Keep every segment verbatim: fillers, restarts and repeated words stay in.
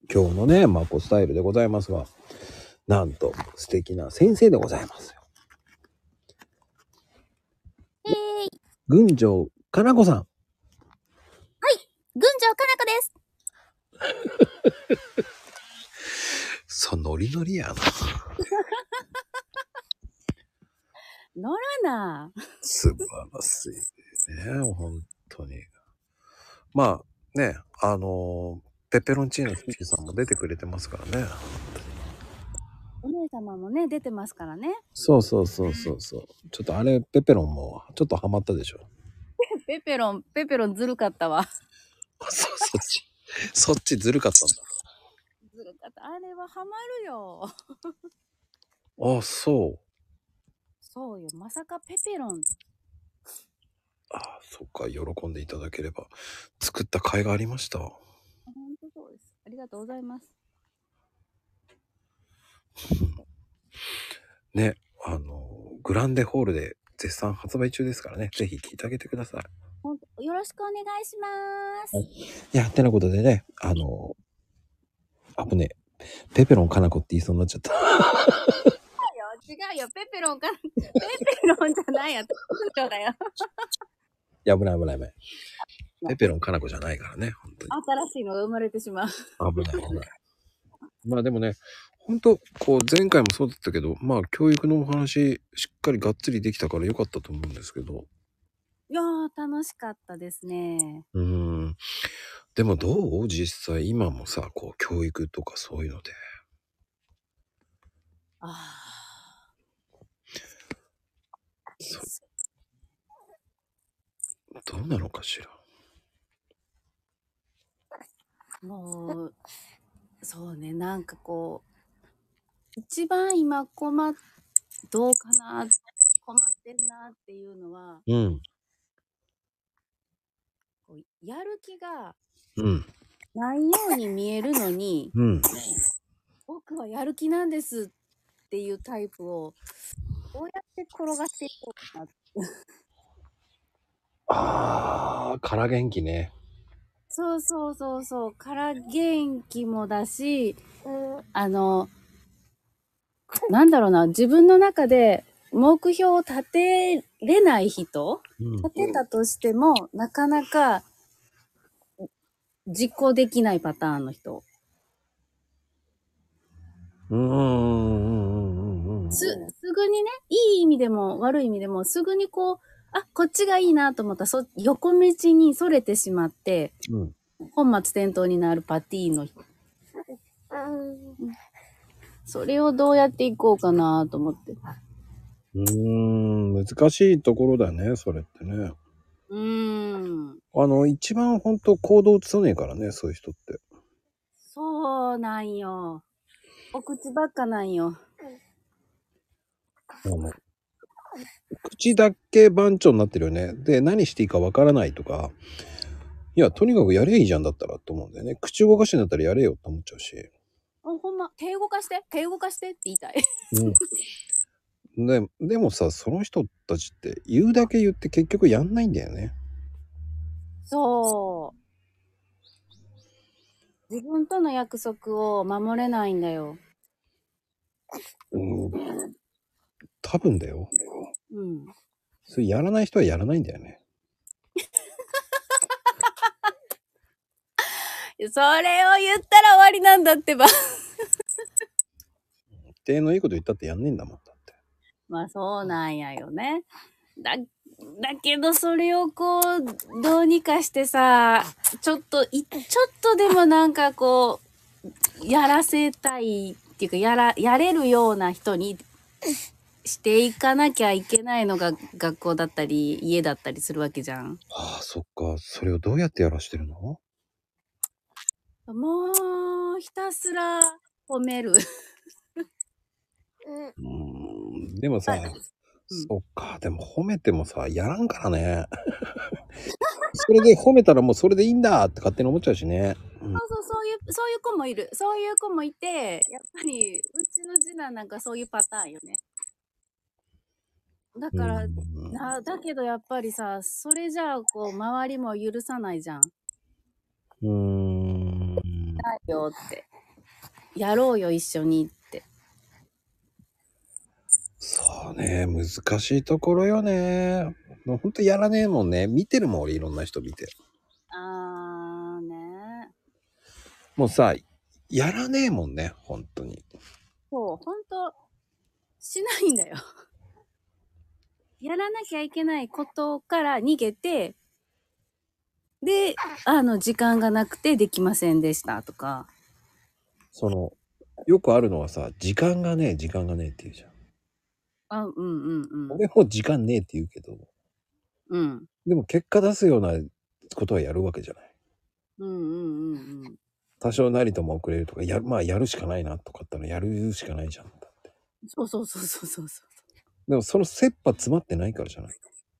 今日のね、マコスタイルでございますが、なんと素敵な先生でございますよ。 えーい。 群青かな子さん。 はい。群青かな子です。 そ、ノリノリやな。 乗らな。 素晴らしいね、本当に。まあね、あのペペロンチーノ富士さんも出てくれてますからね。 お姉様もね出てますからね。 そうそうそうそうそう。ちょっとあれペペロンもちょっとハマったでしょ。 ペペロンペペロンずるかったわ。 そうそっちそっちずるかったんだ。 ずるかった。あれはハマるよ。 あ、そう。 そうよ。まさかペペロン。 あ、そっか、喜んでいただければ作った甲斐がありました。 本当そうです。ありがとうございます。 ね、あのグランデホールで絶賛発売中ですからね、ぜひ聞いてあげてください。 本当よろしくお願いします。 いや、てなことでね、あのあぶねペペロンかな子って言いそうになっちゃった。 違うよ、ペペロンか、ペペロンじゃないよ、そうだよ。 いや、危ない危ない危ない。ペペロンかな子じゃないからね、本当に。 新しいのが生まれてしまう。 危ない危ない。まあでもね、本当こう前回もそうだったけど、まあ教育のお話しっかりがっつりできたから良かったと思うんですけど。 いやー楽しかったですね。 うーん。でもどう？実際今もさ、こう教育とかそういうので。 ああ。 そう。どうなのかしら。 もうそうね、なんかこう一番今困っどうかな困ってんなっていうのは、 うん。 こうやる気がうん。 ないように見えるのに、 うん。 僕はやる気なんですっていうタイプをどうやって転がしていこうかな。 ああ、から元気ね。 そうそうそうそう、から元気もだし、あの、なんだろうな、自分の中で目標を立てれない人、 うん。 立てたとしても、なかなか実行できないパターンの人。 うーん。うんうんうん。 す、すぐにね、いい意味でも悪い意味でも、すぐにこう、あ、こっちがいいなと思ったら、そ、横道にそれてしまって、 うん。 本末転倒になるパティーンの人。それをどうやっていこうかなと思って。 うーん、難しいところだね、それってね。 うーん。 あの、一番本当行動移さねえからね、そういう人って。 そうなんよ。お口ばっかなんよ。 あの、口だけ番長になってるよね。で、何していいかわからないとか、いや、とにかくやればいいじゃんだったらと思うんだよね。口動かしてんだったらやれよって思っちゃうし。 ほんま、手動かして、手動かしてって言いたい。 うん。で、でもさ、その人たちって言うだけ言って結局やんないんだよね。 そう。自分との約束を守れないんだよ。 うん。多分だよ。 うん。 それやらない人はやらないんだよね。 それを言ったら終わりなんだってば。 手のいいこと言ったってやんねえんだもんだって。 まあそうなんやよね。だ、だけどそれをこう、どうにかしてさ、ちょっと、い、ちょっとでもなんかこう、やらせたいっていうか、やら、やれるような人にしていかなきゃいけないのが学校だったり、家だったりするわけじゃん。 ああ、そっか。それをどうやってやらしてるの？ もう、ひたすら褒める。 うーん。でもさ、 うん、 そっか。でも褒めてもさ、やらんからね。それで褒めたらもうそれでいいんだって勝手に思っちゃうしね。うん。 そうそう、そういう、そういう子もいる。そういう子もいて、やっぱり、うちの次男なんかそういうパターンよね。だうから、 ん。 な、だけどやっぱりさ、それじゃあ、こう、周りも許さないじゃん。 うーん。 ないよって。 やろうよ一緒にって。 そうね、難しいところよね。もうほんとやらねえもんね。見てるもん俺、いろんな人見て。 あーね。 もうさ、やらねえもんね、ほんとに。 そう、ほんと、しないんだよ。やらなきゃいけないことから逃げて、で、あの、時間がなくてできませんでしたとか。 その、よくあるのはさ、時間がねえ、時間がねえって言うじゃん。 あ、うんうんうん。 俺も時間ねえって言うけど、 うん。 でも結果出すようなことはやるわけじゃない。 うんうんうんうん。 多少なりとも遅れるとか、やる、まあやるしかないなとかったらやるしかないじゃん。だって。 そうそうそうそうそうそう。 でもその切羽詰まってないからじゃない。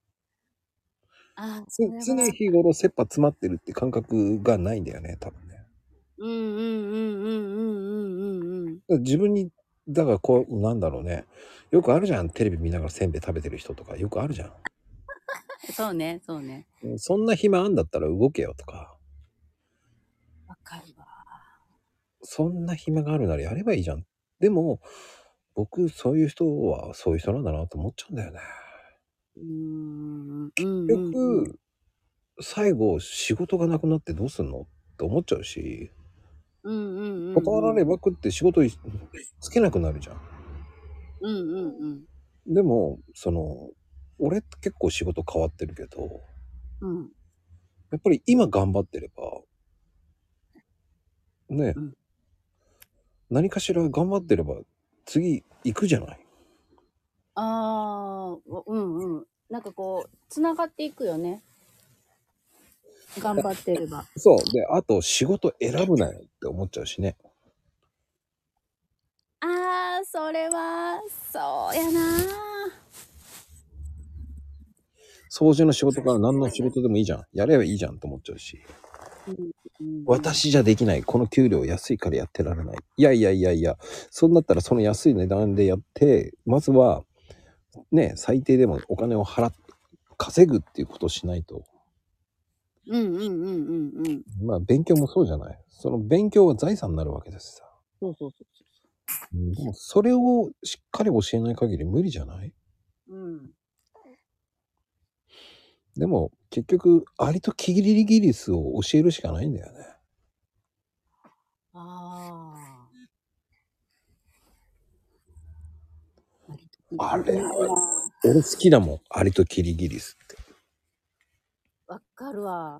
ああ、それつ常は。 日頃切羽詰まってるって感覚がないんだよね、多分ね。 うんうんうんうんうんうんうん。 だから自分に、だからこう、なんだろうね。よくあるじゃん。テレビ見ながらせんべい食べてる人とか、よくあるじゃん。 そうね、そうね。 そんな暇あんだったら動けよとか、 わかるわ。 そんな暇があるならやればいいじゃん。でも、僕、そういう人はそういう人なんだなと思っちゃうんだよね。 うーん、うん結うんうん。 局、最後、仕事がなくなってどうすんのって思っちゃうし、 うんうんうん断らうん。 ればくって仕事つけなくなるじゃん。 うんうんうん。 でも、その、俺って結構仕事変わってるけど、 うん。 やっぱり今頑張ってれば、ね、 うん。 何かしら頑張ってれば次行くじゃない。 ああ、うんうん。なんかこう、つながっていくよね。頑張ってれば。 そう。で、あと仕事選ぶなよって思っちゃうしね。 ああ、それは、そうやな。 掃除の仕事から何の仕事でもいいじゃん。やればいいじゃんと思っちゃうし。 うんうんうん。 私じゃできない。この給料安いからやってられない。いやいやいやいや、そんなったらその安い値段でやって、まずは、ね、最低でもお金を払っ、稼ぐっていうことをしないと。 うんうんうんうんうん。 まあ勉強もそうじゃない。その勉強は財産になるわけですさ。 そうそうそうそうん、でもそれをしっかり教えない限り無理じゃない。 う。うん。 でも結局アリとキリギリスを教えるしかないんだよね。 ああ。 あれ、 いいな。 俺好きだもん。アリとキリギリスって。 わかるわ。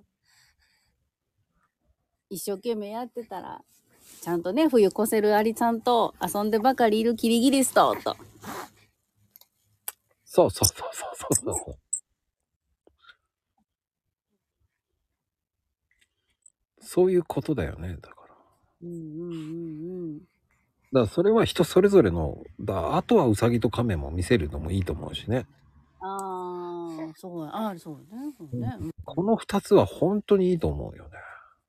一生懸命やってたら、ちゃんとね、冬越せるアリさんと遊んでばかりいるキリギリスと、と。 そうそうそうそうそうそう。そういうことだよね。だから。 うんうんうんうん。 だからそれは人それぞれの、だあとはウサギとカメも見せるのもいいと思うしね。 ああ、そうや、ああ、そうね、そうね。うん、 この二つは本当にいいと思うよね。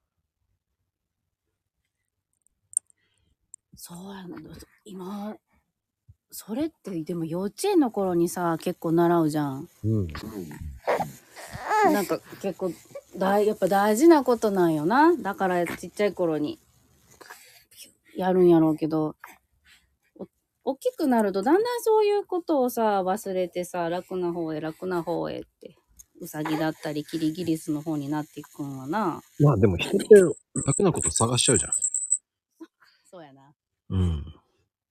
そうやな。今、それってでも幼稚園の頃にさ、結構習うじゃん。 うん。 なんか結構大、やっぱ大事なことなんよな。だからちっちゃい頃にやるんやろうけど、お大きくなるとだんだんそういうことをさ、忘れてさ、楽な方へ楽な方へって、うさぎだったりキリギリスの方になっていくんはな。 まあでも人って楽なこと探しちゃうじゃん。 そうやな。 うん。だ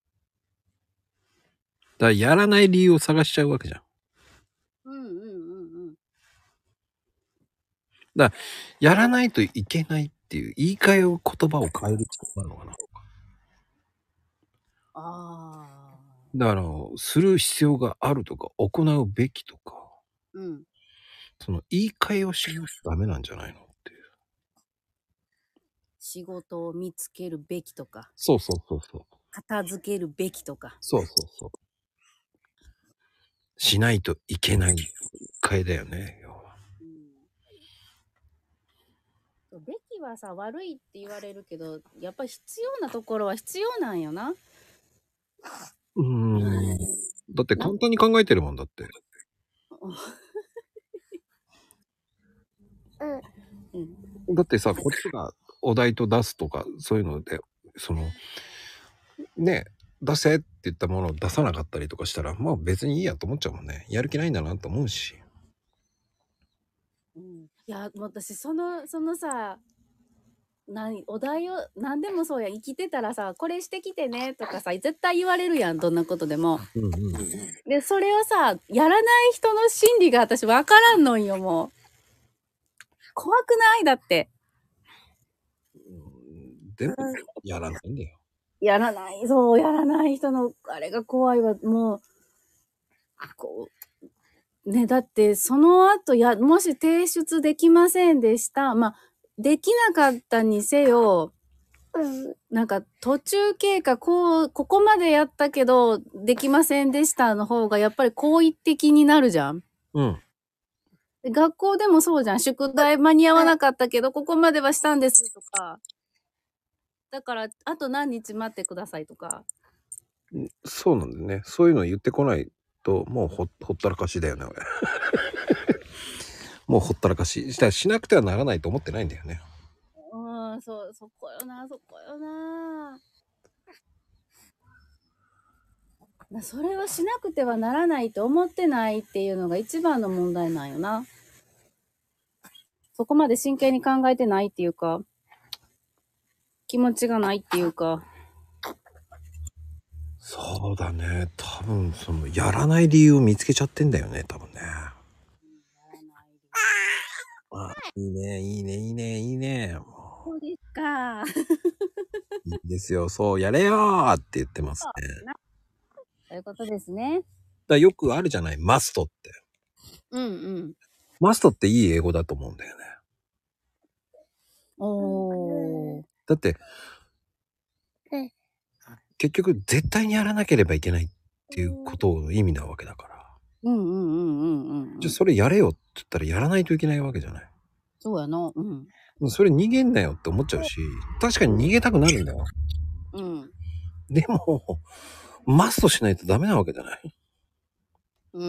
からやらない理由を探しちゃうわけじゃん。 うんうんうんうん。 だからやらないといけないっていう言い換えを言葉を変える必要があるのかな。 ああ。 だから、する必要があるとか、行うべきとか、 うん。 その言い換えをしないとダメなんじゃないのっていう。 仕事を見つけるべきとか、 そうそうそうそう。 片付けるべきとか。 そうそうそう。しないといけない言い換えだよね。要は。 うん。べきはさ、悪いって言われるけど、やっぱり必要なところは必要なんよな。 うーん。だってな簡単に考えてるもんだって。 うん。 だってさ、こっちがお題と出すとか、そういうので、その、 ね、出せって言ったものを出さなかったりとかしたら、まあ別にいいやと思っちゃうもんね。やる気ないんだなと思うし。 うん、いや、もう私、その、そのさ、何、お題を、何でもそうや、生きてたらさ、これしてきてねとかさ、絶対言われるやん、どんなことでも。 うんうん。 で、それをさ、やらない人の心理が私わからんのんよ、もう。怖くないだって。 うんでも、やらないんだよ。 やらない、そう、やらない人の、あれが怖いわ、もう、こう、ね、だって、その後、や、もし提出できませんでした。まあ、できなかったにせよ、なんか途中経過、こう、ここまでやったけど、できませんでしたの方が、やっぱり好意的になるじゃん。 うん。 で学校でもそうじゃん。宿題間に合わなかったけど、ここまではしたんですとか。だから、あと何日待ってくださいとか。 そうなんだよね。そういうの言ってこないと、もうほほったらかしだよね、俺。もうほったらかし。したらしなくてはならないと思ってないんだよね。 うん、そう、そこよな、そこよな。それはしなくてはならないと思ってないっていうのが一番の問題なんよな。そこまで真剣に考えてないっていうか、気持ちがないっていうか。 そうだね。多分、その、やらない理由を見つけちゃってんだよね、多分ね。あ、いいね、いいね、いいね、いいね。もそうですか。 ういいですよ。そう、やれよーって言ってますね。 そういうことですね。 だからよくあるじゃない、マストって。 うんうん。 マストっていい英語だと思うんだよね。 おー。 だって、結局、絶対にやらなければいけないっていうことの意味なわけだから。 うんうんうんうんうん。 じゃあ、それやれよって言ったらやらないといけないわけじゃない。 そうやな。うん。 もうそれ逃げんなよって思っちゃうし、確かに逃げたくなるんだよ。 うん。 でも、マストしないとダメなわけじゃない。 うん。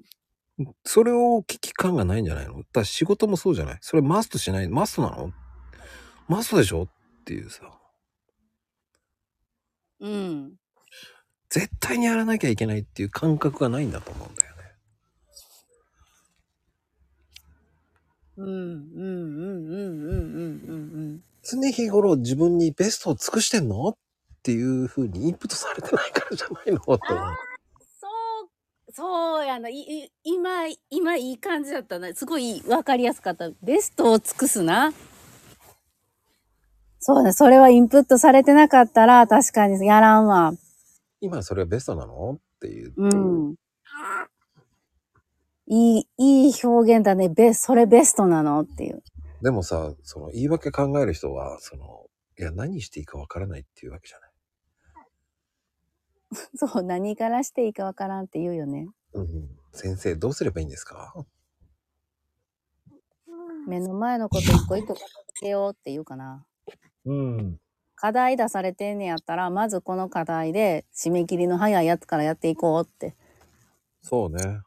それを危機感がないんじゃないの。だから仕事もそうじゃない。それマストしない、マストなのマストでしょっていうさ。 うん。 絶対にやらなきゃいけないっていう感覚がないんだと思うんだよね。 うんうんうんうんうんうんうん常日頃自分にベストを尽くしてんのっていう風にインプットされてないからじゃないのと思う。 そう、そうやな。い、い、今、今いい感じだったな。すごいわかりやすかった。ベストを尽くすな。そうね。それはインプットされてなかったら、確かにやらんわ。 今それがベストなのっていう。 うん。いい、いい表現だね。ベ、それベストなのっていう。 でもさ、その言い訳考える人は、その、いや、何していいかわからないっていうわけじゃない。 そう、何からしていいかわからんって言うよね。 うん、うん。先生、どうすればいいんですか？ 目の前のこと一個一個片付けようって言うかな。 うん。 課題出されてんねやったら、まずこの課題で締め切りの早いやつからやっていこうって。 そうね。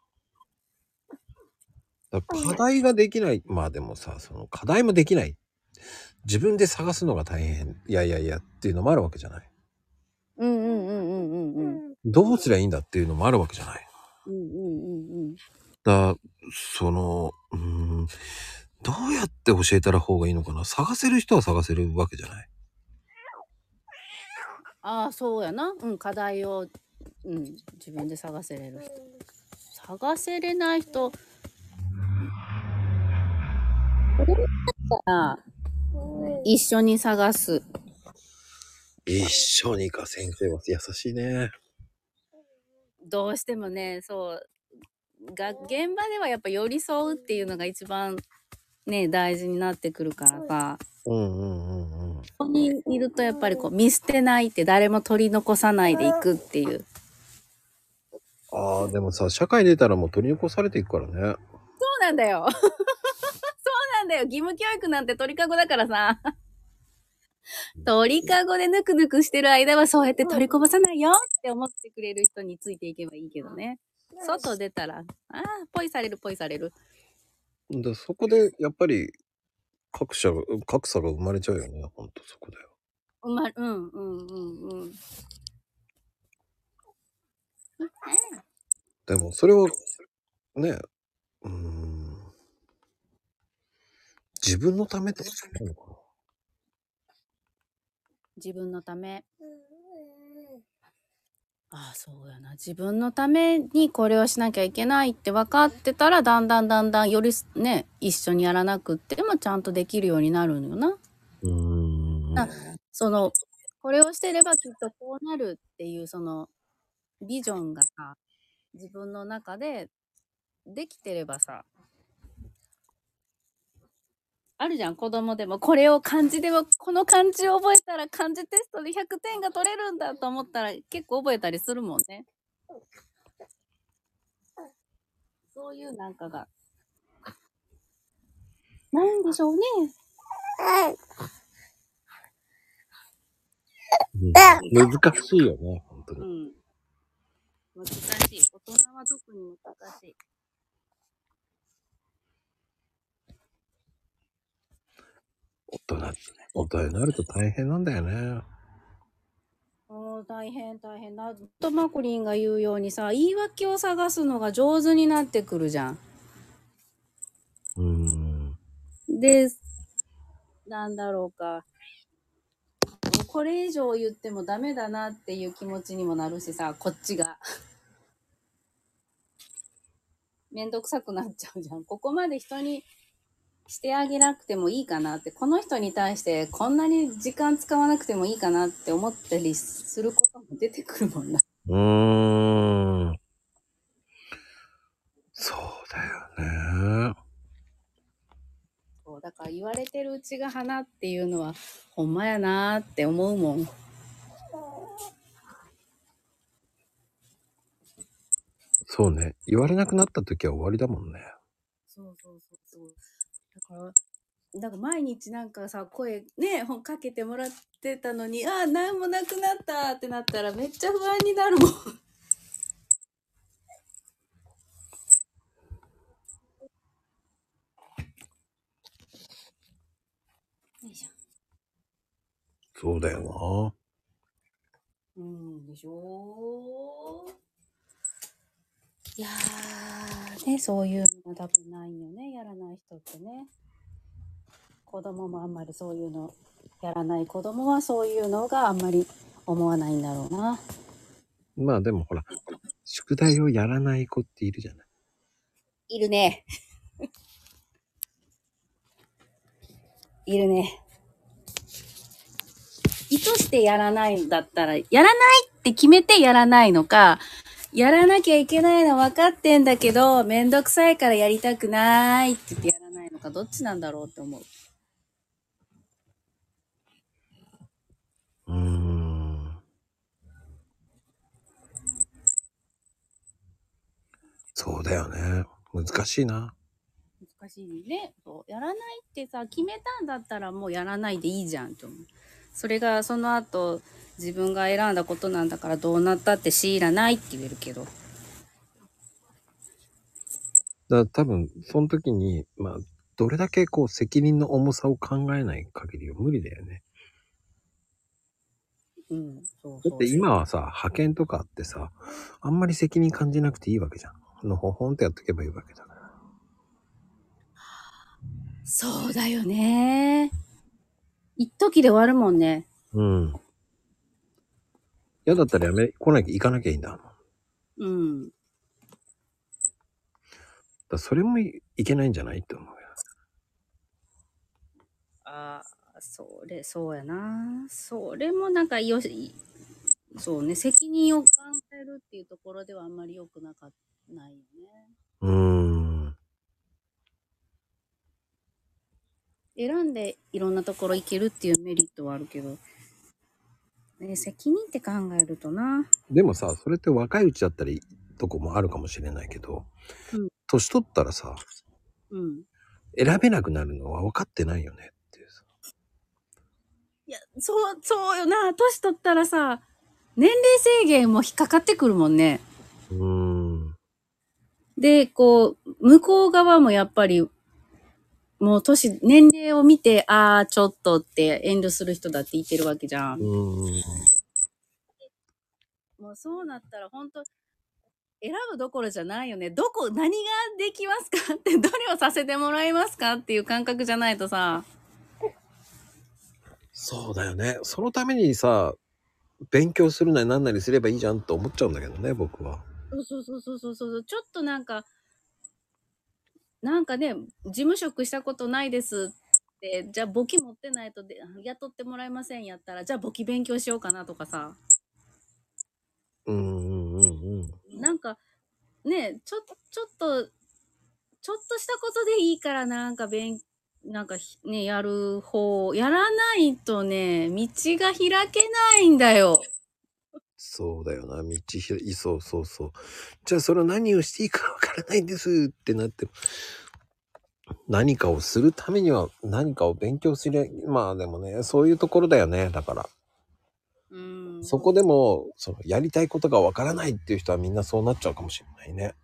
だから課題ができない。まあでもさ、その課題もできない。自分で探すのが大変。いやいやいやっていうのもあるわけじゃない。 うんうんうんうんうんうん。 どうすりゃいいんだっていうのもあるわけじゃない。 うんうんうんうん。 だその、うーん、どうやって教えたら方がいいのかな。探せる人は探せるわけじゃない。 ああ、そうやな。うん、課題を、うん、自分で探せれる人。探せれない人、あ一緒に探す。 一緒にか、先生は優しいね。 どうしてもね、そう、が、現場ではやっぱ寄り添うっていうのが一番ね、大事になってくるからさ。 うんうんうんうん。 ここにいるとやっぱりこう見捨てないって誰も取り残さないでいくっていう。 ああ、でもさ、社会出たらもう取り残されていくからね。 そうなんだよ。そうなんだよ。義務教育なんて鳥かごだからさ。鳥かごでぬくぬくしてる間はそうやって取りこぼさないよって思ってくれる人についていけばいいけどね。外出たら、ああ、ポイされる、ポイされる。 だそこでやっぱり格差が、格差が生まれちゃうよね。ほんとそこだよ。 うま、うん、うん、うん、うん。 でもそれをね、うーん、自分のためってないのかな。 自分のため。ああ、そうやな。自分のためにこれをしなきゃいけないって分かってたら、だんだんだんだんよりね、一緒にやらなくってもちゃんとできるようになるのよな。 うーん。 あ、その、これをしてればきっとこうなるっていうそのビジョンがさ、自分の中でできてればさ、あるじゃん、子供でも。これを漢字でも、この漢字を覚えたら漢字テストでひゃくてんが取れるんだと思ったら結構覚えたりするもんね。そういうなんかが、なんでしょうね。 うん、難しいよね、本当に。 うん。難しい。大人は特に難しい。 大人、大人になると大変なんだよね。 もう大変大変な。とマコリンが言うようにさ、言い訳を探すのが上手になってくるじゃん。 うーん。 で、なんだろうか。これ以上言ってもダメだなっていう気持ちにもなるしさ、こっちが。めんどくさくなっちゃうじゃん。ここまで人にしてあげなくてもいいかなって、この人に対してこんなに時間使わなくてもいいかなって思ったりすることも出てくるもんな。 うーん。そうだよね。 そうだから言われてるうちが花っていうのはほんまやなーって思うもん。 そうね。言われなくなった時は終わりだもんね。 そうそうそうそう。だから、だから毎日なんかさ、声ね、ほんかけてもらってたのに、ああ、なんもなくなったってなったらめっちゃ不安になるもん。よいしょ。 そうだようん、でしょー。いやー、ね、そういうのが多分ないよね、やらない人ってね。子供もあんまりそういうの、やらない子供はそういうのがあんまり思わないんだろうな。 な。まあでもほら、宿題をやらない子っているじゃない。 いるね。いるね。意図してやらないんだったら、やらないって決めてやらないのか、やらなきゃいけないの分かってんだけど、めんどくさいからやりたくないって言ってやらないのか、どっちなんだろうって思う。 うーん。そうだよね。難しいな。 難しいね。そうやらないってさ、決めたんだったらもうやらないでいいじゃんって思う。それがその後、自分が選んだことなんだからどうなったって強いらないって言えるけど。 だから多分、その時に、まあ、どれだけこう責任の重さを考えない限りは無理だよね。 うん、そうだってそうそう。 今はさ、派遣とかあってさ、あんまり責任感じなくていいわけじゃん。のほほんってやっとけばいいわけだから。 そうだよね。一時で終わるもんね。 うん。嫌だったらやめ、来なきゃ行かなきゃいいんだもん。だかうん。 らそれもい、いけないんじゃないって思うよ。 ああ、それ、そうやな。それもなんかよし、そうね、責任を考えるっていうところではあんまり良くなかないよね。 うーん。 選んでいろんなところ行けるっていうメリットはあるけど、ね、責任って考えるとな。 でもさ、それって若いうちだったり、とこもあるかもしれないけど、 うん。 年取ったらさ、 うん。 選べなくなるのは分かってないよねっていうさ。 いや、そう、そうよな。年取ったらさ、年齢制限も引っかかってくるもんね。 うーん。 で、こう、向こう側もやっぱり、もう年、年齢を見て、ああ、ちょっとって遠慮する人だっていてるわけじゃん。 うーん。 もうそうなったら本当選ぶどころじゃないよね。どこ、何ができますかって、どれをさせてもらえますかっていう感覚じゃないとさ。 そうだよね。そのためにさ、勉強するなりなんなりすればいいじゃんと思っちゃうんだけどね、僕は。 そうそうそうそうそうそう。ちょっとなんか、なんかね、事務職したことないですって、じゃあ簿記持ってないとで雇ってもらえませんやったら、じゃあ簿記勉強しようかなとかさ。 うんうんうんうん。 なんか、ね、ちょ、ちょっと、ちょっとしたことでいいからなんか勉、なんかひね、やる方、やらないとね、道が開けないんだよ。 そうだよな、道ひらい、そうそうそう。じゃあそれは何をしていいかわからないんですってなっても、何かをするためには何かを勉強する。まあでもね、そういうところだよね。だから。 うん。 そこでも、そのやりたいことがわからないっていう人はみんなそうなっちゃうかもしれないね。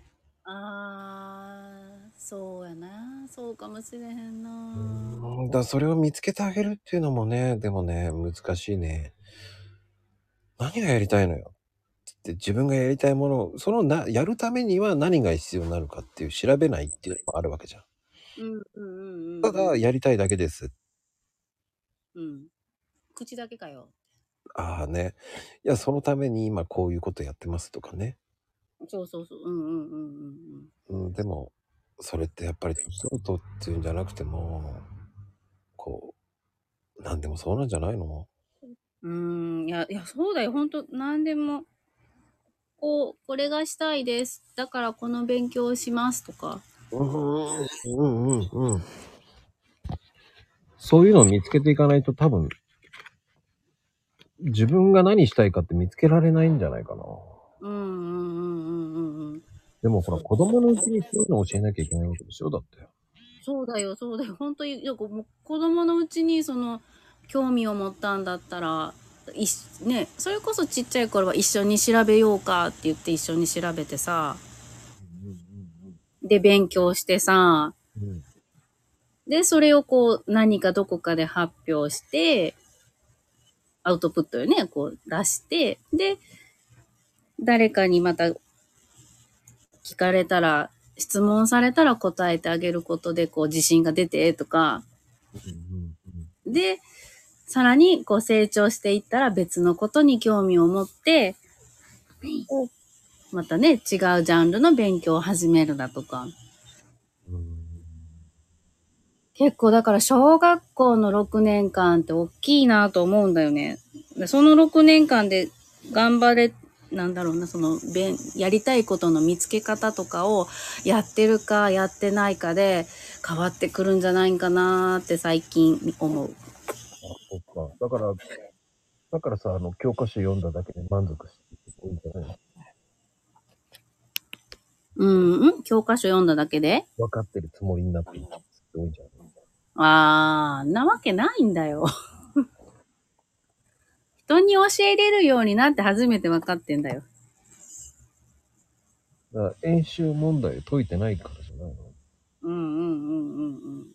あー、そうやな。そうかもしれへんな。 うーん、だからそれを見つけてあげるっていうのもね、でもね、難しいね。何がやりたいのよって自分がやりたいものを、そのな、やるためには何が必要になるかっていう調べないっていうのもあるわけじゃん。 うんうんうんただ、 うんやりたいだけです。 うん。うん。口だけかよ。 ああね。いや、そのために今こういうことやってますとかね。 そうそうそう。うんうんうんうんうん。 うん、でも、それってやっぱり年を取っていうんじゃなくても、こう、なんでもそうなんじゃないの？ うーん、いや、いや、そうだよ。ほんと、なんでも、こう、これがしたいです。だからこの勉強をしますとか。 うーん、うんうんうん。そういうのを見つけていかないと多分、自分が何したいかって見つけられないんじゃないかな。 うんうんうんうんうんうん。 でもほら、 そう。 子供のうちにそういうのを教えなきゃいけないわけでしょ？だって。 そうだよ、そうだよ。本当に、いやこうもう子供のうちにその、興味を持ったんだったら、いしね、それこそちっちゃい頃は一緒に調べようかって言って一緒に調べてさ、で、勉強してさ、 うんうんで、それをこう、何かどこかで発表して、アウトプットよね、こう出して、で、誰かにまた聞かれたら、質問されたら答えてあげることで、こう、自信が出て、とか、 うんうんで、さらに、こう、成長していったら別のことに興味を持って、またね、違うジャンルの勉強を始めるだとか。 うんうん結構、だから、小学校のろくねんかんって大きいなと思うんだよね。でそのろくねんかんで頑張れ、なんだろうな、その、べんやりたいことの見つけ方とかをやってるかやってないかで変わってくるんじゃないかなって最近思う。 そっか。だから、だからさ、あの、教科書読んだだけで満足していいんじゃないの？ うん、うん教科書読んだだけで分かってるつもりになっていいって多いんじゃないの？ あー、なわけないんだよ。人に教えれるようになって初めて分かってんだよ。 だから演習問題を解いてないからじゃないの？ うんうんうんうん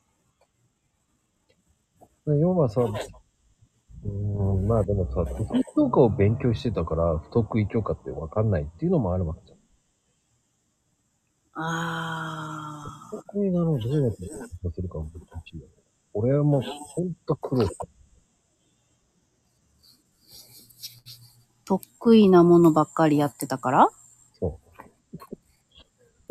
で要はさ、うーん、まあでもさ、不得意教科を勉強してたから、不得意教科って分かんないっていうのもあるわけじゃん。 うん。あー。 得意なのをどうやって勉強するかも難しいよね。俺はもうほんと苦労した。 得意なものばっかりやってたからそう。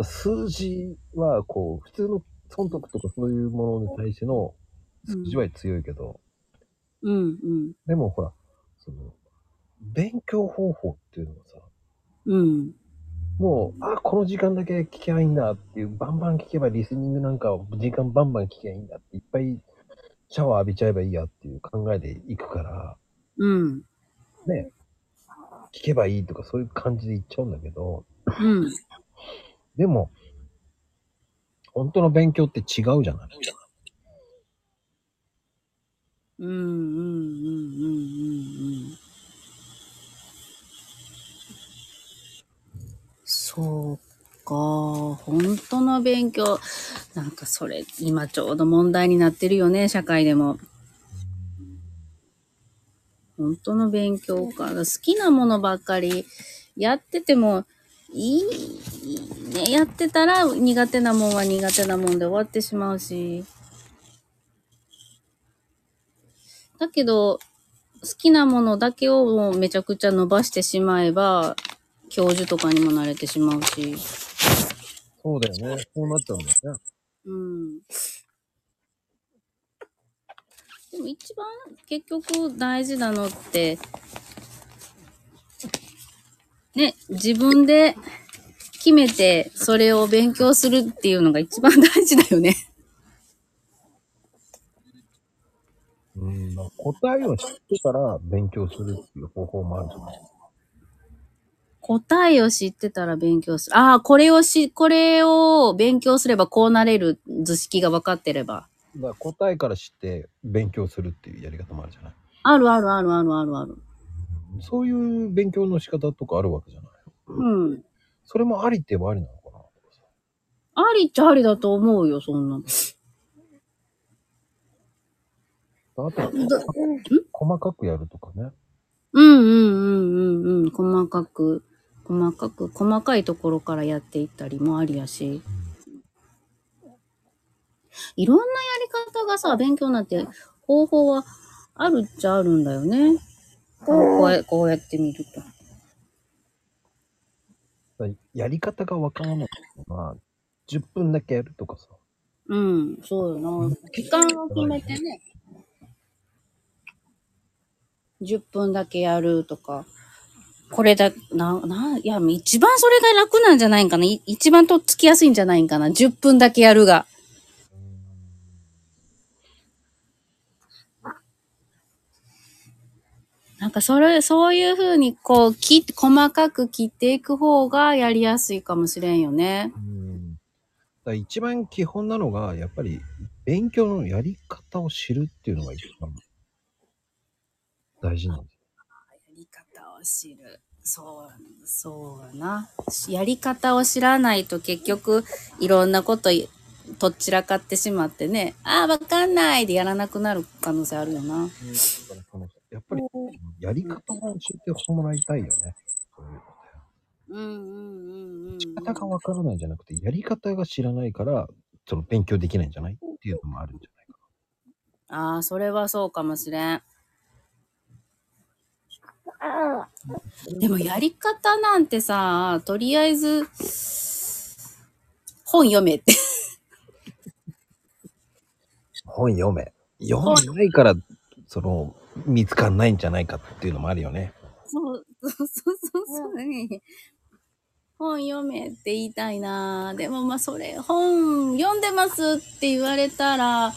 数字はこう、普通の損得とかそういうものに対しての数字は強いけど、 うんうんでもほら、その、勉強方法っていうのはさ、 うんもう、あ、この時間だけ聞けばいいんだっていう、バンバン聞けばリスニングなんかを時間バンバン聞けばいいんだって、いっぱいシャワー浴びちゃえばいいやっていう考えでいくから、 うんね、聞けばいいとかそういう感じで言っちゃうんだけど、 うんでも、本当の勉強って違うじゃない。 うんうんうんうんうんそうか、本当の勉強。なんかそれ、今ちょうど問題になってるよね、社会でも。本当の勉強か。好きなものばっかりやってても、 いい、いいね。やってたら苦手なもんは苦手なもんで終わってしまうし。だけど、好きなものだけをもうめちゃくちゃ伸ばしてしまえば、教授とかにもなれてしまうし。 そうだよね。そうなっちゃうんだよね。 うん。でも一番結局大事なのって、ね、自分で決めてそれを勉強するっていうのが一番大事だよね。 うん、だから答えを知ってから勉強するっていう方法もあるじゃない。 答えを知ってたら勉強する。ああ、これをし、これを勉強すればこうなれる図式が分かってれば。 だから答えから知って勉強するっていうやり方もあるじゃない。 あるあるあるあるあるある。 そういう勉強の仕方とかあるわけじゃない。 うん。 それもありって言えばありなのかな。 ありっちゃありだと思うよ、そんな。 あとは細かくやるとかね。 うんうんうんうんうん。細かく、細かく、細かいところからやっていったりもありやし。いろんなやり方がさ、勉強なんて方法はあるっちゃあるんだよね。こうやこうやってみると。 だからやり方がわからないのは、じゅっぷんだけやるとかさ。 うん、そうよな。時間を決めてね。じゅっぷんだけやるとか。これだ、な、な、いや、一番それが楽なんじゃないんかな。い一番とっつきやすいんじゃないんかな。じゅっぷんだけやるが。なんかそれ、そういう風にこう、切って、細かく切っていく方がやりやすいかもしれんよね。 うん。だから一番基本なのが、やっぱり勉強のやり方を知るっていうのが一番大事なんですよ。 やり方を知る。そう、そうやな。やり方を知らないと結局、いろんなこといとっちらかってしまってね、ああ、わかんないでやらなくなる可能性あるよな。 だからそのやっぱりやり方を教えてもらいたいよね。そういうので。 うんうんうんうん、 仕方がわからないんじゃなくて、やり方が知らないから、その勉強できないんじゃないっていうのもあるんじゃないかああ、それはそうかもしれん。でもやり方なんてさ、とりあえず、本読めって。 な。本読め。読んでないから、その、見つかんないんじゃないかっていうのもあるよね。 そう、そうそうそうそうね。本読めって言いたいな。でもまあそれ、本読んでますって言われたら、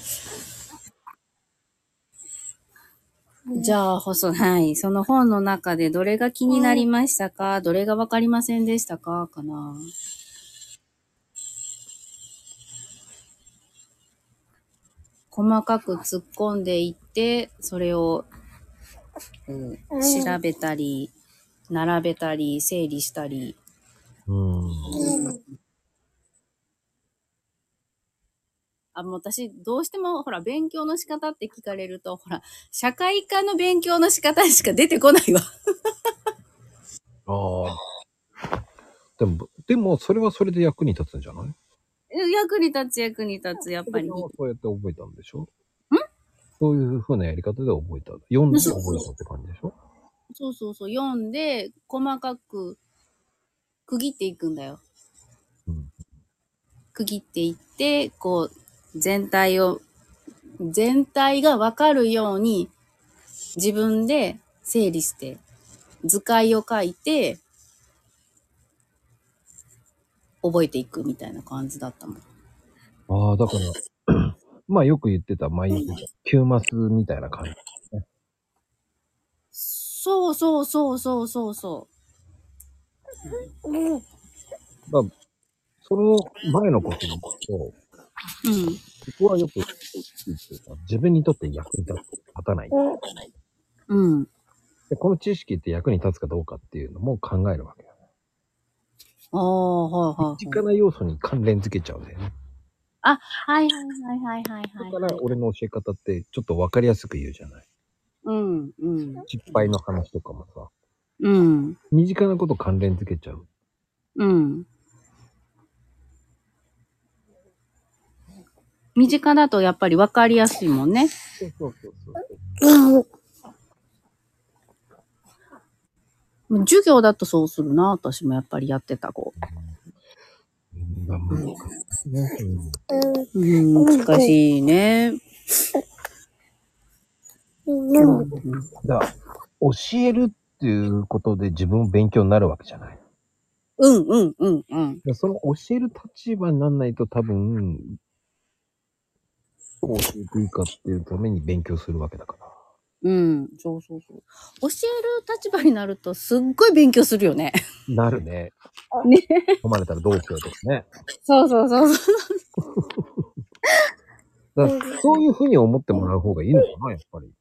じゃあ、細はい。その本の中でどれが気になりましたか？どれがわかりませんでしたか？かな。細かく突っ込んでいって、それを、うん、調べたり、並べたり、整理したり。 うん。 あ、もう私、どうしても、ほら、勉強の仕方って聞かれると、ほら、社会科の勉強の仕方しか出てこないわ。 ああ。でも、でも、それはそれで役に立つんじゃない？ 役に立つ、役に立つ、やっぱり。ん？ そうやって覚えたんでしょ？そういう風なやり方で覚えた。読んで覚えたって感じでしょ？ そうそうそう、読んで、細かく区切っていくんだよ。 うん。 区切っていって、こう、全体を、全体がわかるように、自分で整理して、図解を書いて、覚えていくみたいな感じだったもん。 ああ、だから、まあよく言ってた、前言ってた、きゅうマスみたいな感じ。 そうそうそうそうそうそまあ、その前のことに行くと、 う。うん。 僕はよく言ってた、自分にとって役に立たない。 うん。 で、この知識って役に立つかどうかっていうのも考えるわけよ。 ああ、はいはいはい。 身近な要素に関連づけちゃうんだよね。 あ、はいはいはいはいはいだはい、 から俺の教え方ってちょっとわかりやすく言うじゃない。 うん、うん。 失敗の話とかもさ、 うん。 身近なこと関連づけちゃう。 うん。身近だとやっぱり分かりやすいもんね。 そうそうそうそう。 授業だとそうするな、私もやっぱりやってた子。 うん、難しいね。 うん、難しいね。 うん、だから教えるっていうことで自分勉強になるわけじゃない。 うんうんうんうん。 その教える立場にならないと多分、こう教えていいかっていうために勉強するわけだから。 うん、そうそうそう。教える立場になるとすっごい勉強するよね。 なるね。 ね。 飲まれたらどうしようとかね。 そうそうそうそう。 だからそういうふうに思ってもらう方がいいのかな、やっぱり。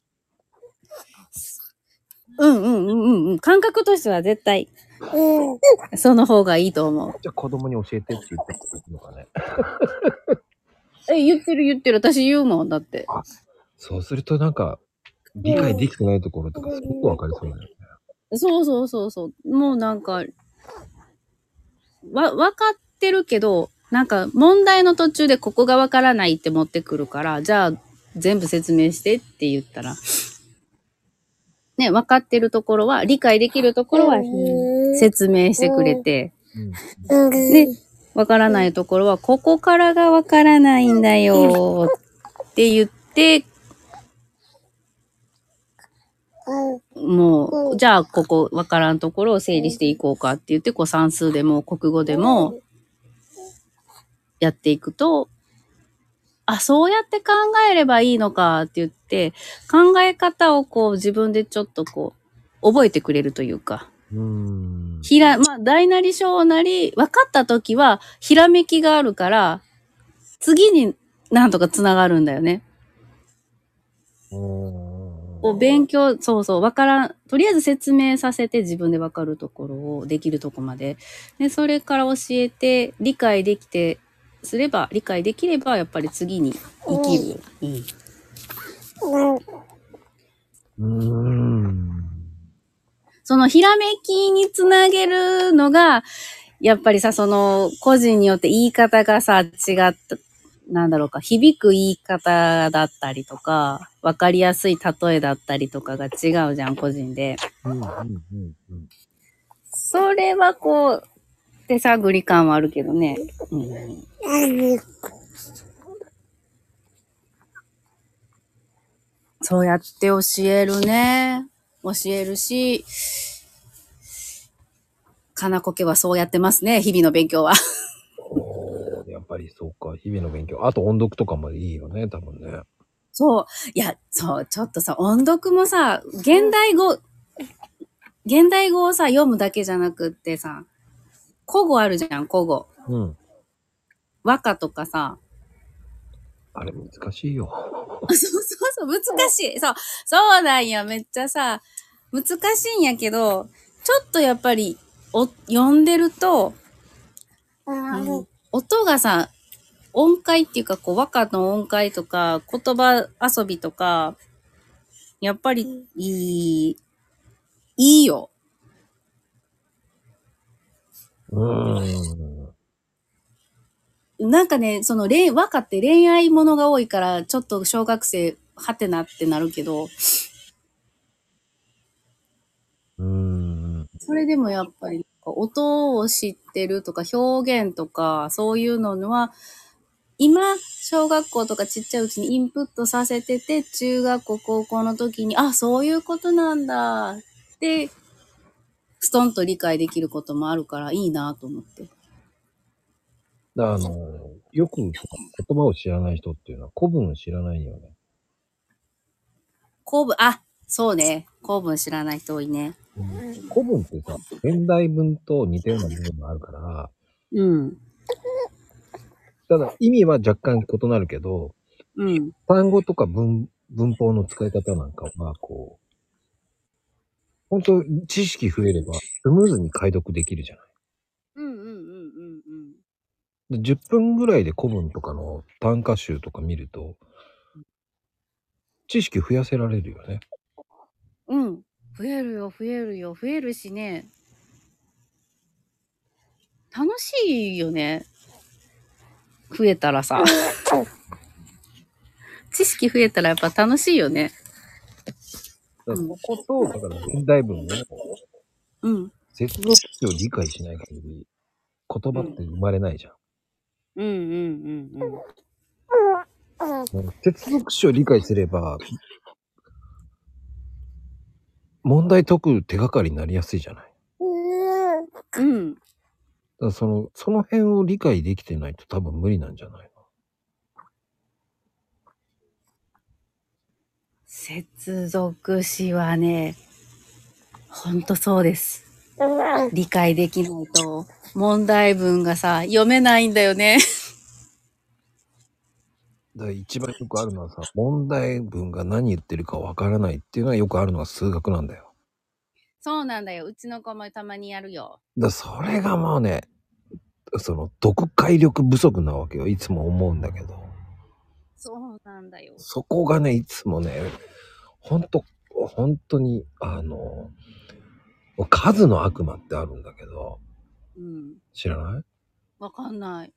うんうんうんうんうん。感覚としては絶対、その方がいいと思う。 じゃあ子供に教えてって言っていいのかね。 え、言ってる言ってる。私言うもん、だって。 あ、そうするとなんか、理解できてないところとかすごくわかりそうだよね。 そうそうそうそう。もうなんか、わ、わかってるけど、なんか問題の途中でここがわからないって持ってくるから、じゃあ全部説明してって言ったら、ね、わかってるところは、理解できるところは説明してくれて、 うん、 で、わからないところは、ここからがわからないんだよって言って、もう、じゃあここわからんところを整理していこうかって言って、こう算数でも国語でもやっていくと、あ、そうやって考えればいいのかって言って、考え方をこう自分でちょっとこう、覚えてくれるというか。 うーん。 ひら、まあ、大なり小なり、分かったときは、ひらめきがあるから、次になんとかつながるんだよね。こう勉強、そうそう、わからん、とりあえず説明させて自分でわかるところをできるとこまで。で、それから教えて、理解できて、すれば、理解できれば、やっぱり次に生きる。 うーん。 そのひらめきにつなげるのが、やっぱりさ、その、個人によって言い方がさ、違った、なんだろうか、響く言い方だったりとか、わかりやすい例えだったりとかが違うじゃん、個人で。 うんうんうんうん。 それはこう、手探り感はあるけどね。うん、そうやって教えるね。教えるし、かなこ家はそうやってますね、日々の勉強は。 おー、やっぱりそうか。日々の勉強。あと音読とかもいいよね、多分ね。 そう。いや、そう、ちょっとさ、音読もさ、現代語、現代語をさ、読むだけじゃなくってさ、古語あるじゃん、古語。 うん。 和歌とかさ。 あれ難しいよ。 そうそうそう、難しい。そう、そうなんや、めっちゃさ、難しいんやけど、ちょっとやっぱり、お、読んでると、うん、音がさ、音階っていうか、こう、和歌の音階とか、言葉遊びとか、やっぱり、いい、いいよ。 うーん。 なんかね、その恋、和歌って恋愛ものが多いから、ちょっと小学生、はてなってなるけど、 うーん。 それでもやっぱり、音を知ってるとか、表現とか、そういうのは、今、小学校とかちっちゃいうちにインプットさせてて、中学校、高校の時に、あ、そういうことなんだって、ストンと理解できることもあるからいいなと思って。 あの、よく言葉を知らない人っていうのは古文を知らないよね。 古文、あ、そうね。古文知らない人多いね。 うん、古文ってさ、現代文と似たような部分があるから、 うん。 ただ意味は若干異なるけど、 うん。 単語とか文、文法の使い方なんかは、こう、本当知識増えれば、スムーズに解読できるじゃない。 うんうんうんうんうん。 でじゅっぷんぐらいで古文とかの短歌集とか見ると、知識増やせられるよね。 うん。増えるよ、増えるよ、増えるしね。 楽しいよね。増えたらさ。知識増えたらやっぱ楽しいよね。 だからそこと、だから現代文を、 うん。 接続詞を理解しない限り、言葉って生まれないじゃん。 うんうんうんうん。 もう接続詞を理解すれば、問題解く手がかりになりやすいじゃない。 うん。 だからその、その辺を理解できてないと多分無理なんじゃないの。 接続詞はね、ほんとそうです。理解できないと、問題文がさ、読めないんだよね。 だから一番よくあるのはさ、問題文が何言ってるかわからないっていうのはよくあるのが数学なんだよ。 そうなんだよ。うちの子もたまにやるよ。 だからそれがもうね、その読解力不足なわけよ。いつも思うんだけど。 そうなんだよ。 そこがね、いつもね、ほんと、本当に、あの、数の悪魔ってあるんだけど、 うん。 知らない？ わかんない。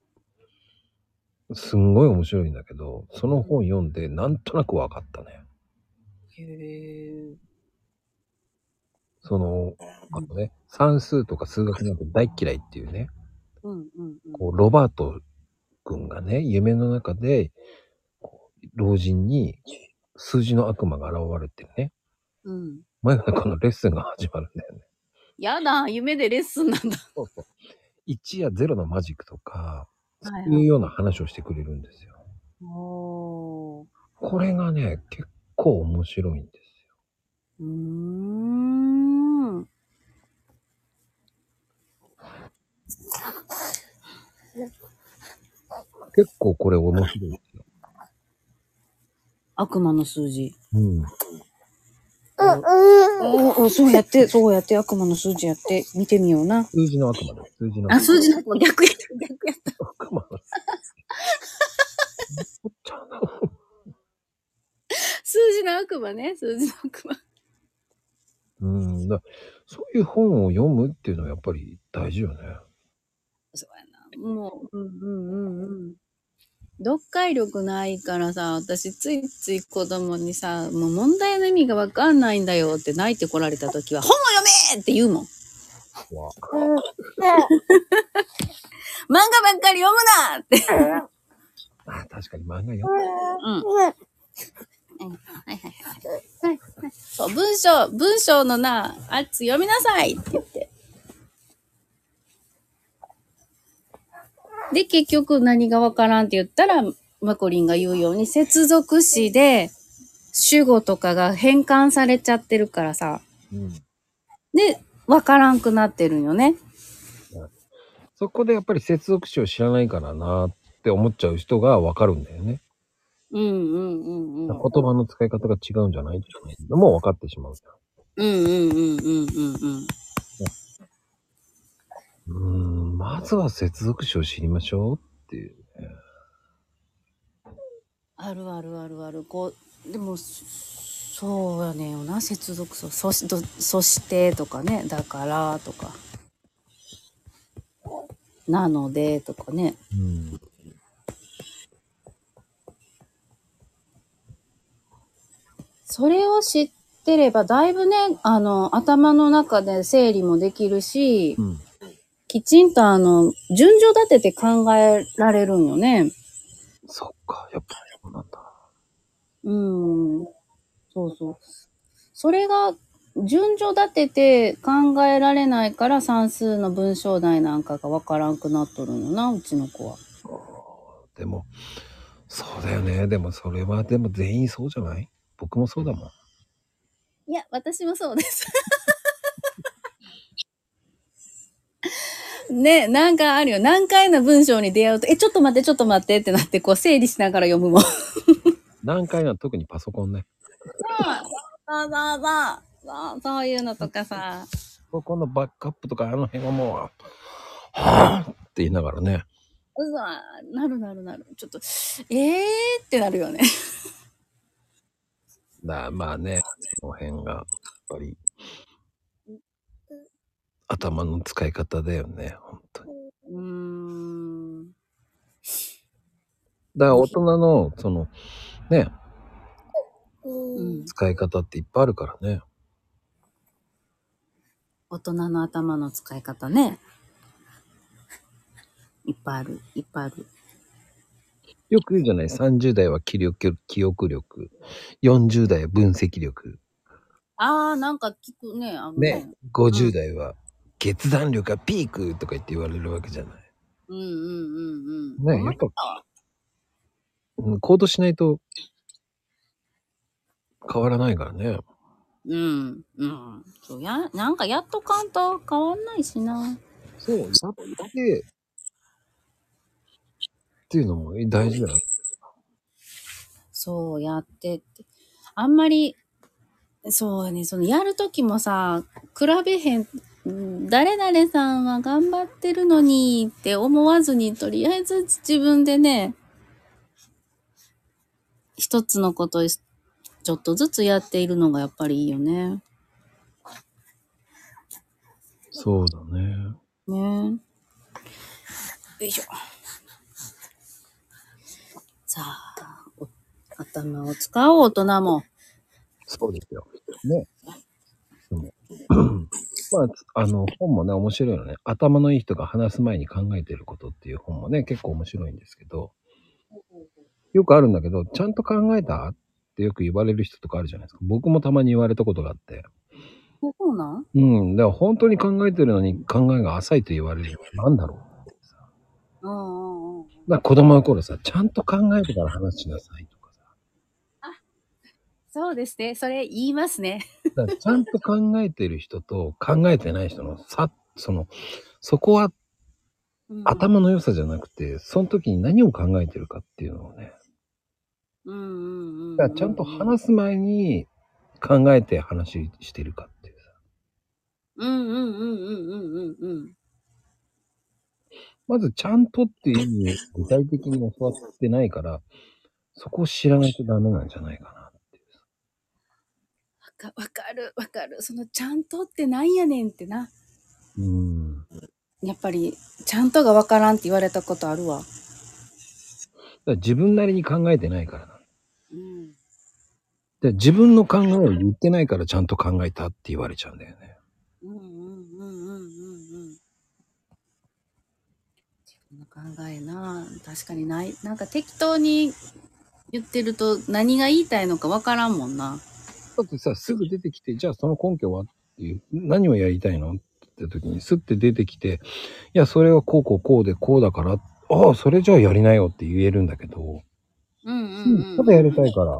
すんごい面白いんだけど、その本読んでなんとなく分かったね。 へえ。 その、あのね、算数とか数学なんて大っ嫌いっていうね、 うんうんうん。 こう、ロバート君がね、夢の中で、こう老人に数字の悪魔が現れてね、 うん。 前がこのレッスンが始まるんだよね。 やだ、夢でレッスンなんだ。 そうそう。いちやゼロのマジックとか、そはいうはい。 いうような話をしてくれるんですよ。 おー。 これがね、結構面白いんですよ。 うーん。 結構これ面白いですよ。 悪魔の数字。 うん。 おお、そうやって、そうやって悪魔の数字やって、見てみような。 数字の悪魔です。数字のあ、数字の悪魔、逆やった、逆やった。 悪魔です。おっちゃんな。 数字の悪魔ね、数字の悪魔。 うんだ。そういう本を読むっていうのはやっぱり大事よね。 そうやな。もう、うんうんうんうん。読解力ないからさ、私ついつい子供にさ、もう問題の意味がわかんないんだよって泣いてこられた時は、本を読めって言うもん。 わ漫画ばっかり読むなって。 あ、確かに漫画読む。 うん。はいはいはい。はいはい。そう、文章、文章のな、あっち読みなさいって言って。で、結局何がわからんって言ったら、マコリンが言うように、接続詞で、主語とかが変換されちゃってるからさ。 うん。 で、わからんくなってるんよね。 そこでやっぱり接続詞を知らないからなって思っちゃう人がわかるんだよね。 うんうんうんうん。 言葉の使い方が違うんじゃないっていうのも分かってしまうじうんうんうんうんうんうん。 ゃん。うーん、まずは接続詞を知りましょうっていうね。 あるあるあるある。こう、でも、そうやねんよな、接続詞。そし、どそしてとかね、だからとか、なのでとかね。 うん。 それを知ってれば、だいぶね、あの、頭の中で整理もできるし、 うん。 きちんとあの、順序立てて考えられるんよね。 そっか、やっぱりそうなんだ。 うん。そうそう。それが、順序立てて考えられないから算数の文章題なんかがわからんくなっとるんよな、うちの子は。 でも、そうだよね。でもそれはでも全員そうじゃない？僕もそうだもん。 いや、私もそうです。ね、なんかあるよ。難解な文章に出会うと、え、ちょっと待って、ちょっと待ってってなって、こう整理しながら読むもん。 難解な特にパソコンね。 そうそうそうそう。そういうのとかさ。 パソコンのバックアップとかあの辺はもう、はぁって言いながらね。 うわ、なるなるなる。ちょっと、えーってなるよね。 だまあね、その辺がやっぱり頭の使い方だよね、本当に。 だから大人の、その、ね、 うん。 使い方っていっぱいあるからね。 大人の頭の使い方ね。いっぱいある。いっぱいある。 よく言うじゃない、さんじゅう代は記憶、記憶力、よんじゅう代は分析力、 ああ、なんか聞くね。あのね、 ね。 ごじゅう代は決断力がピークとか言って言われるわけじゃない。 うんうんうんうん。 ね、 思やっぱ、 ったわ。 うん行動しないと変わらないからね。 うん。うん。そうや、なんかやっとかんと変わんないしな。 そう、やってっていうのも大事だよ。 そうやってって。あんまり、そうね、そのやるときもさ、比べへん、うん誰々さんは頑張ってるのにって思わずに、とりあえず自分でね、一つのことをちょっとずつやっているのがやっぱりいいよね。 そうだね。 ね。よいしょ。さあ、お頭を使おう、大人も。 そうですよ。ね。でもまあ、あの、本もね、面白いのね。頭のいい人が話す前に考えてることっていう本もね、結構面白いんですけど、よくあるんだけど、ちゃんと考えたってよく言われる人とかあるじゃないですか。僕もたまに言われたことがあって。 そうなんうん。だから本当に考えてるのに考えが浅いと言われる。なんだろう。 うんうんうん。 だから子供の頃さ、ちゃんと考えてから話しなさいとかさ。 あ、そうですね。それ言いますね。 だからちゃんと考えてる人と考えてない人の差、その、そこはうん。 頭の良さじゃなくて、その時に何を考えてるかっていうのをね。 うんうんうんだからちゃんと話す前に考えて話してるかっていうさ。 うんうんうんうんうんうんうん。 まずちゃんとっていう意味を具体的に教わってないから、そこを知らないとダメなんじゃないかなっていうさ。 わかわかるわかる。そのちゃんとってなんやねんってな。 うーん。 やっぱり、ちゃんとがわからんって言われたことあるわ。 だから自分なりに考えてないからな。 うん。 で自分の考えを言ってないからちゃんと考えたって言われちゃうんだよね。 うんうんうんうんうんうん。自分の考えな。確かにない。なんか適当に言ってると何が言いたいのかわからんもんな。 だってさ、すぐ出てきて、じゃあその根拠はっていう、何をやりたいのって時に、スッて出てきて、いや、それはこうこうこうでこうだから、ああ、それじゃあやりなよって言えるんだけど、 うんうんうん、たうんだやりたいから、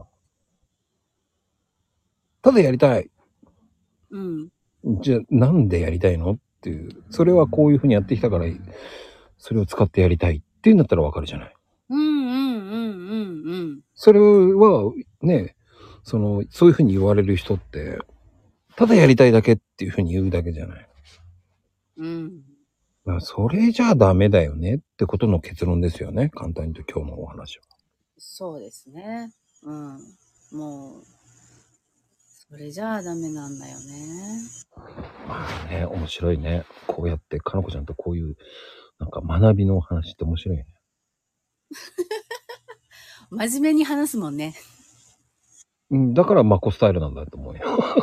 ただやりたい。 うん。 じゃあなんでやりたいのっていう、それはこういうふうにやってきたから、それを使ってやりたいっていうんだったらわかるじゃない。 うんうんうんうんうん。 それは、ね、その、そういうふうに言われる人って、ただやりたいだけっていうふうに言うだけじゃない。 うん。 まあ、それじゃあダメだよねってことの結論ですよね。簡単に言うと今日のお話は。 そうですね。うん。もう、それじゃあダメなんだよね。 まあね、面白いね。こうやって、かのこちゃんとこういう、なんか学びのお話って面白いね。 真面目に話すもんね。 うん、だからマコスタイルなんだと思うよ。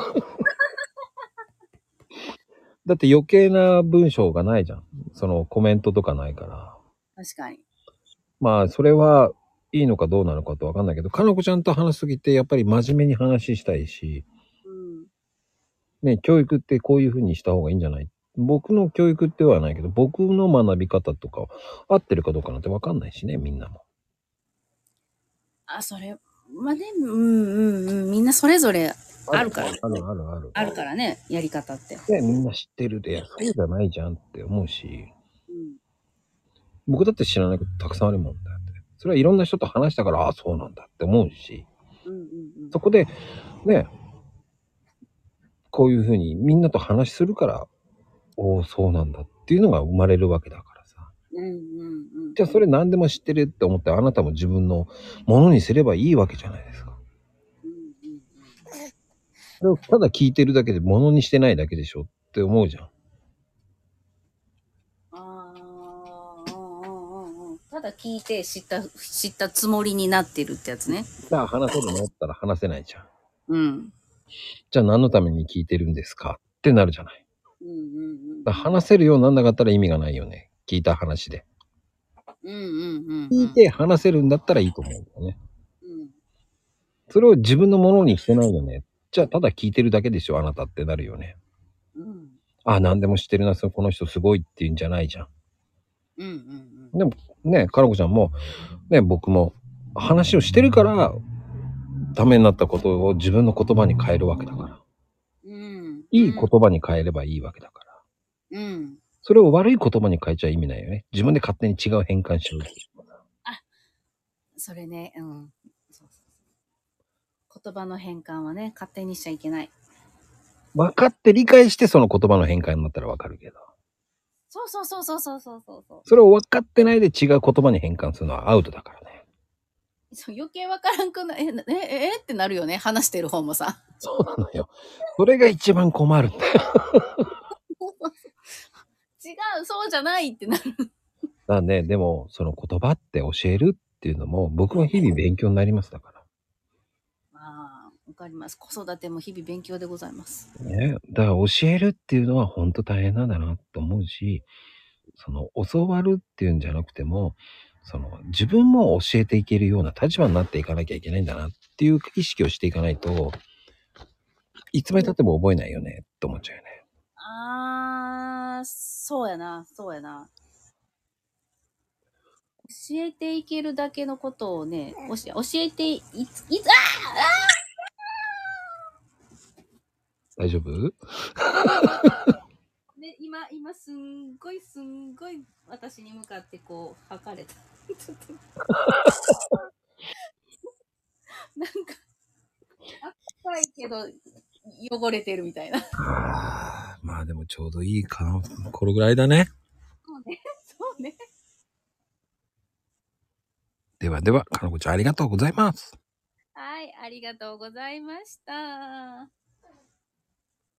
だって余計な文章がないじゃん。そのコメントとかないから。 確かに。 まあ、それはいいのかどうなのかとわかんないけど、かのこちゃんと話すときってやっぱり真面目に話したいし、 うん。 ね、教育ってこういうふうにした方がいいんじゃない？僕の教育ってはないけど、僕の学び方とか合ってるかどうかなんてわかんないしね、みんなも。 あ、それ、まあね、うんうんうん。みんなそれぞれあるから。 あるあるある。 あるからね、やり方って。 で、みんな知ってるで、そうじゃないじゃんって思うし、 うん。 僕だって知らないことたくさんあるもんだって。それはいろんな人と話したから、ああ、そうなんだって思うし、 うんうんうん。 そこで、ね、こういうふうにみんなと話するから、おお、そうなんだっていうのが生まれるわけだからさ。 うんうんうん。 じゃあそれ何でも知ってるって思ってあなたも自分のものにすればいいわけじゃないですか。 うんうんうん。 それをただ聞いてるだけでものにしてないだけでしょって思うじゃん。 ああ、うんうんうんうん。たただ聞いて知った、知ったつもりになってるってやつね。 だから話せるのって言ったら話せないじゃん。 うん。 じゃあ何のために聞いてるんですかってなるじゃない。 うんうんうん。 だから話せるようになんなかったら意味がないよね。聞いた話で。 うんうんうん、うん。 聞いて話せるんだったらいいと思うんだよね。 うん。 それを自分のものにしてないよね。じゃあただ聞いてるだけでしょ、あなたってなるよね。 うん。 あ、何でも知ってるな、この人すごいっていうんじゃないじゃん。 うんうんうん。 でもね、かなこちゃんも、ね、僕も話をしてるから、ためになったことを自分の言葉に変えるわけだから。 うん。 いい言葉に変えればいいわけだから。 うん。 それを悪い言葉に変えちゃ意味ないよね。自分で勝手に違う変換しちゃう。 あ、それね、うん。そうそうそう。言葉の変換はね、勝手にしちゃいけない。 分かって理解してその言葉の変換になったら分かるけど。 そうそうそうそうそうそうそう。 それを分かってないで違う言葉に変換するのはアウトだからね。 そう余計分からんくなえ、え、え、えってなるよね。話してる方もさ。 そうなのよ。それが一番困るんだよ。 違う、そうじゃないってなる。 だからね、でもその言葉って教えるっていうのも僕は日々勉強になりますだから。 ああ、わかります。子育ても日々勉強でございます。 ね、だから教えるっていうのは本当大変なんだなと思うし、その教わるっていうんじゃなくても、その自分も教えていけるような立場になっていかなきゃいけないんだなっていう意識をしていかないと、いつまで経っても覚えないよねって思っちゃうよね。 ああ、そうやな、そうやな。教えていけるだけのことをね、教え、教えてい、いつ、いつ、あ大丈夫？ ね、今、今、すんごい、すんごい、私に向かってこう、吐かれた。ちょっと。なんか、赤いけど、汚れてるみたいな。 ああ、まあでもちょうどいいかな。これぐらいだね。 そうね、そうね。 ではでは、かなこちゃんありがとうございます。 はい、ありがとうございました。